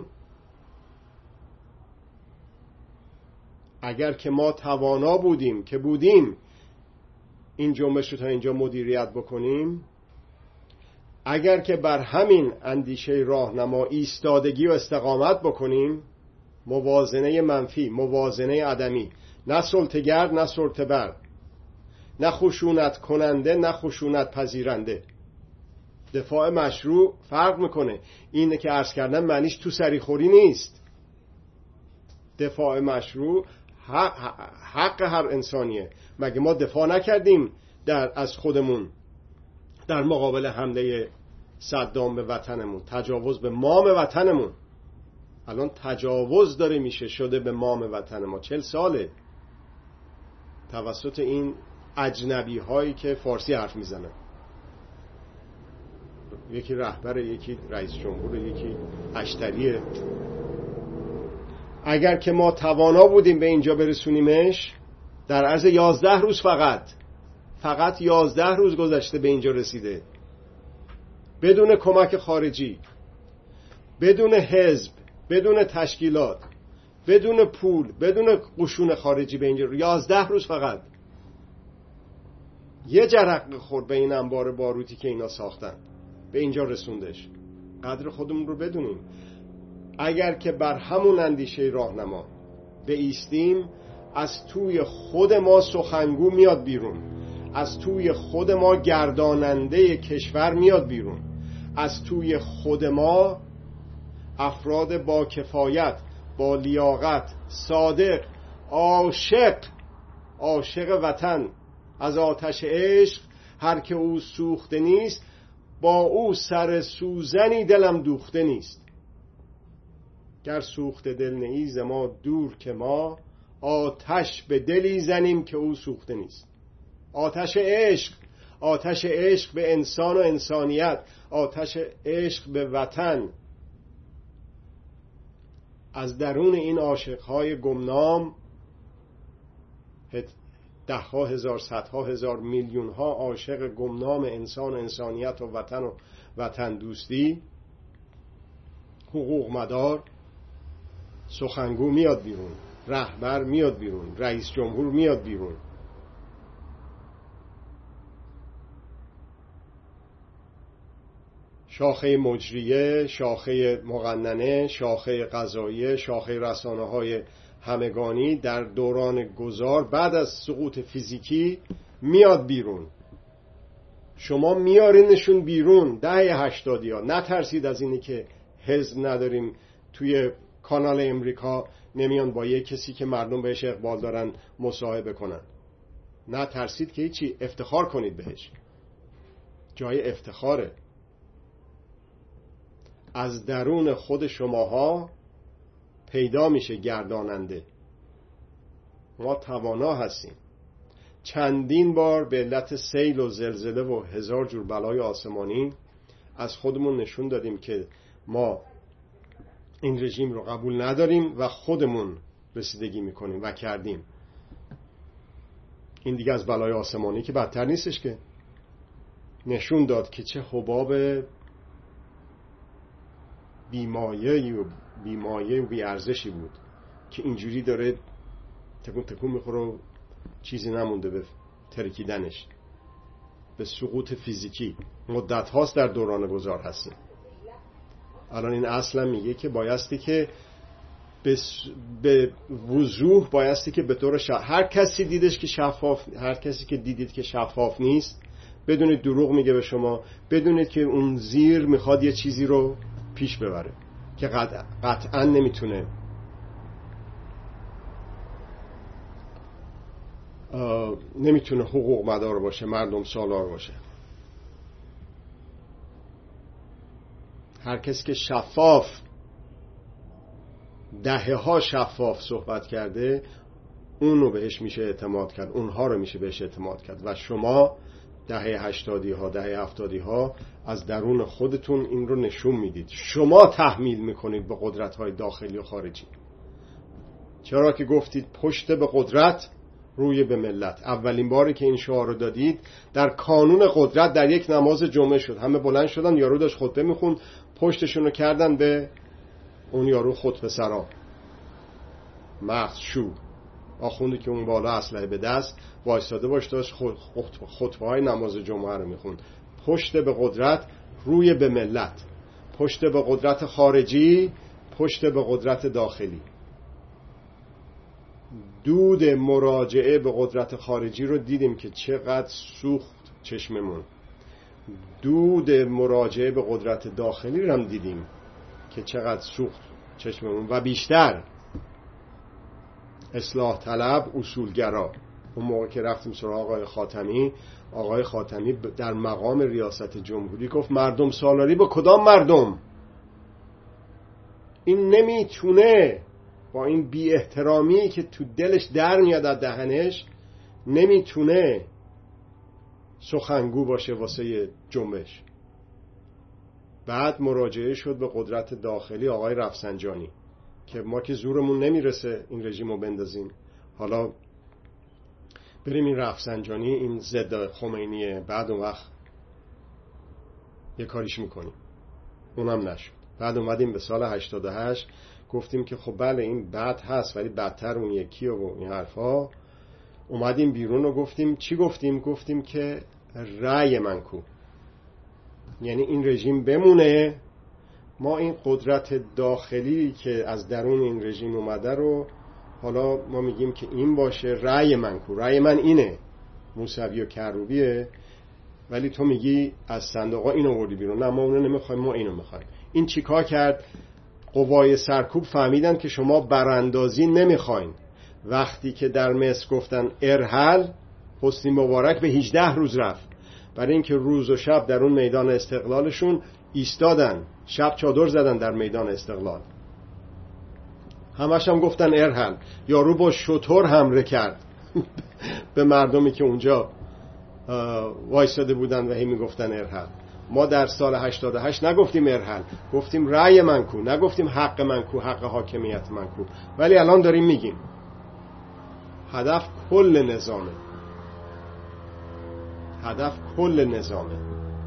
اگر که ما توانا بودیم که بودیم این جنبش رو تا اینجا مدیریت بکنیم، اگر که بر همین اندیشه راهنما ایستادگی و استقامت بکنیم، موازنه منفی، موازنه عدمی، نه سلطه‌گرد نه سلطه‌بر، نه خشونت کننده نه خشونت پذیرنده. دفاع مشروع فرق میکنه. اینه که عرض کردم معنیش تو سریخوری نیست. دفاع مشروع حق, حق هر انسانیه. مگه ما دفاع نکردیم در از خودمون در مقابل حمله صدام به وطنمون، تجاوز به مام وطنمون؟ الان تجاوز داره میشه شده به مام وطن ما. چل ساله توسط این اجنبی هایی که فارسی حرف میزنن، یکی رهبر، یکی رئیس جمهور، یکی اشتریه. اگر که ما توانا بودیم به اینجا برسونیمش، در عرض یازده روز فقط فقط یازده روز گذشته به اینجا رسیده، بدون کمک خارجی، بدون حزب، بدون تشکیلات، بدون پول، بدون قشون خارجی به اینجا. یازده روز فقط یه جرقه خورد به این انبار باروتی که اینا ساختن، به اینجا رسوندش. قدر خودمون رو بدونیم. اگر که بر همون اندیشه راهنما بایستیم، از توی خود ما سخنگو میاد بیرون، از توی خود ما گرداننده کشور میاد بیرون، از توی خود ما افراد با کفایت، با لیاقت، صادق، عاشق عاشق وطن، از آتش عشق هر که او سوخته نیست، با او سر سوزنی دلم دوخته نیست. گر سوخته دل نیست ز ما دور که ما، آتش به دلی زنیم که او سوخته نیست. آتش عشق، آتش عشق به انسان و انسانیت، آتش عشق به وطن. از درون این عاشقهای گمنام ده ها هزار، صدها هزار، میلیون ها عاشق گمنام انسان و انسانیت و وطن و وطن دوستی، حقوق مدار، سخنگو میاد بیرون، رهبر میاد بیرون، رئیس جمهور میاد بیرون. شاخه مجریه، شاخه مقننه، شاخه قضاییه، شاخه رسانه‌های همگانی در دوران گذار بعد از سقوط فیزیکی میاد بیرون. شما میارینشون بیرون. دهه هشتادی ها نترسید از اینی که حزب نداریم، توی کانال امریکا نمیان با یه کسی که مردم بهش اقبال دارن مصاحبه کنن. نترسید که هیچی، افتخار کنید بهش، جای افتخاره. از درون خود شماها پیدا میشه گرداننده. ما توانا هستیم. چندین بار به علت سیل و زلزله و هزار جور بلای آسمانی از خودمون نشون دادیم که ما این رژیم رو قبول نداریم و خودمون رسیدگی میکنیم و کردیم. این دیگه از بلای آسمانی که بدتر نیستش، که نشون داد که چه حباب بیمایه و بیمایه و بیارزشی بود که اینجوری داره تکون تکون میخوره و چیزی نمونده به ترکیدنش، به سقوط فیزیکی. مدت هاست در دوران گذار هستیم. الان این اصلا میگه که بایستی که به, به وضوح بایستی که به طور شفاف، هر کسی دیدش که شفاف، هر کسی که دیدید که شفاف نیست، بدونید دروغ میگه به شما. بدونید که اون زیر میخواد یه چیزی رو پیش ببره که قطعا, قطعا نمیتونه نمیتونه حقوق مدار باشه، مردم سالار باشه. هر کسی که شفاف، دهه ها شفاف صحبت کرده، اونو بهش میشه اعتماد کرد، اونها رو میشه بهش اعتماد کرد. و شما دهه هشتادی ها، دهه هفتادی ها از درون خودتون این رو نشون میدید. شما تحمیل میکنید به قدرت های داخلی و خارجی. چرا که گفتید پشت به قدرت، روی به ملت. اولین باری که این شعار رو دادید در کانون قدرت در یک نماز جمعه شد. همه بلند شدن، یارو داشت خطبه میخوند، پشتشون رو کردن به اون یارو خطبه سرا، مغز شو آخوندی که اون بالا اسلحه به دست وایستاده باش، داشت خطبه های نماز جمعه رو میخوند. پشت به قدرت، روی به ملت. پشت به قدرت خارجی، پشت به قدرت داخلی. دود مراجعه به قدرت خارجی رو دیدیم که چقدر سوخت چشممون. دود مراجعه به قدرت داخلی رو هم دیدیم که چقدر سوخت چشممون. و بیشتر اصلاح طلب، اصولگرا. اون موقع که رفتیم سراغ آقای خاتمی، آقای خاتمی در مقام ریاست جمهوری گفت مردم سالاری با کدام مردم؟ این نمیتونه، با این بی احترامی که تو دلش در میاد از دهنش، نمیتونه سخنگو باشه واسه جنبش. بعد مراجعه شد به قدرت داخلی، آقای رفسنجانی، که ما که زورمون نمیرسه این رژیم رو بندازیم، حالا بریم این رفسنجانی، این ضد خمینیه، بعد اون وقت یه کاریش میکنیم. اونم نشد. بعد اومدیم به سال هشتاد و هشت گفتیم که خب بله این بد هست ولی بدتر اون یکی و این حرفا. اومدیم بیرون و گفتیم چی گفتیم؟ گفتیم که رأی من کو، یعنی این رژیم بمونه، ما این قدرت داخلی که از درون این رژیم اومده رو حالا ما میگیم که این باشه، رأی من کو. رأی من اینه، موسوی و کروبیه، ولی تو میگی از صندوقا اینو آوردی بیرون. نه ما اونو نمیخوایم، ما اینو میخوایم. این چیکار کرد؟ قوای سرکوب فهمیدن که شما براندازی نمیخواین. وقتی که در مصر گفتن ارحل، حسنی مبارک به هجده روز رفت، برای اینکه روز و شب در اون میدان استقلالشون ایستادن، شب چادر زدن در میدان استقلال. همش هم گفتن ارحل. یارو با شتر حمله کرد به مردمی که اونجا وایساده بودن و هی میگفتن ارحل. ما در سال هشتاد و هشت نگفتیم ارحل، گفتیم رأی من کو، نگفتیم حق من کو، حق حاکمیت من کو. ولی الان داریم میگیم هدف کل نظامه، هدف کل نظامه.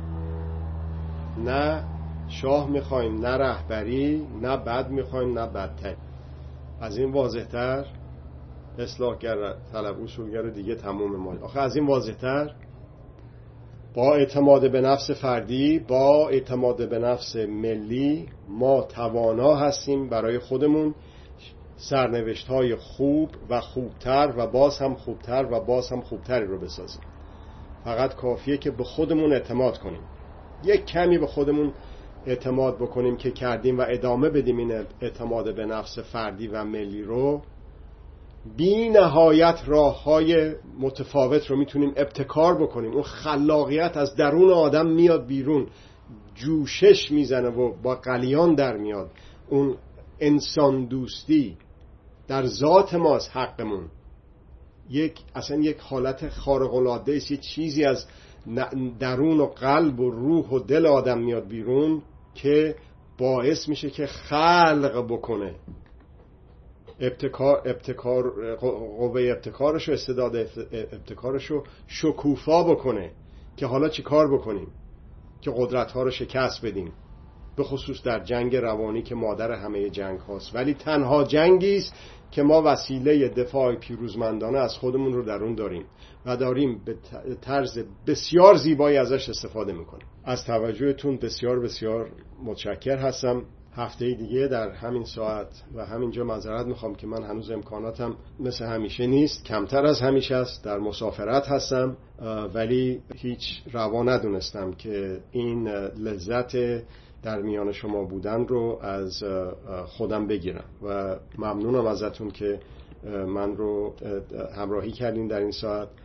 نه شاه میخوایم، نه رهبری، نه بد میخوایم، نه بدتر. از این واضح‌تر اصلاحگر طلب اصولگر دیگه تموم ما. آخه از این واضح‌تر با اعتماد به نفس فردی، با اعتماد به نفس ملی، ما توانا هستیم برای خودمون سرنوشت‌های خوب و خوبتر و باز هم خوبتر و باز هم خوبتری رو بسازیم. فقط کافیه که به خودمون اعتماد کنیم، یک کمی به خودمون اعتماد بکنیم که کردیم و ادامه بدیم این اعتماد به نفس فردی و ملی رو. بی نهایت راه‌های متفاوت رو میتونیم ابتکار بکنیم. اون خلاقیت از درون آدم میاد بیرون، جوشش میزنه و با قلیان در میاد. اون انسان دوستی در ذات ماست، حقمون. یک اصلا یک حالت خارق العاده است، یه چیزی از درون و قلب و روح و دل آدم میاد بیرون که باعث میشه که خلق بکنه، ابتکار ابتکار قوه ابتکارشو، استعداد ابتکارشو شکوفا بکنه که حالا چی کار بکنیم که قدرت‌ها رو شکست بدیم، به خصوص در جنگ روانی که مادر همه جنگ هاست. ولی تنها جنگی است که ما وسیله دفاع پیروزمندانه از خودمون رو درون داریم و داریم به طرز بسیار زیبایی ازش استفاده میکنیم. از توجهتون بسیار بسیار متشکر هستم. هفته دیگه در همین ساعت و همینجا معذرت میخوام که من هنوز امکاناتم مثل همیشه نیست، کمتر از همیشه است، در مسافرت هستم، ولی هیچ روا ندونستم که این لذت در میان شما بودن رو از خودم بگیرم و ممنونم ازتون که من رو همراهی کردین در این ساعت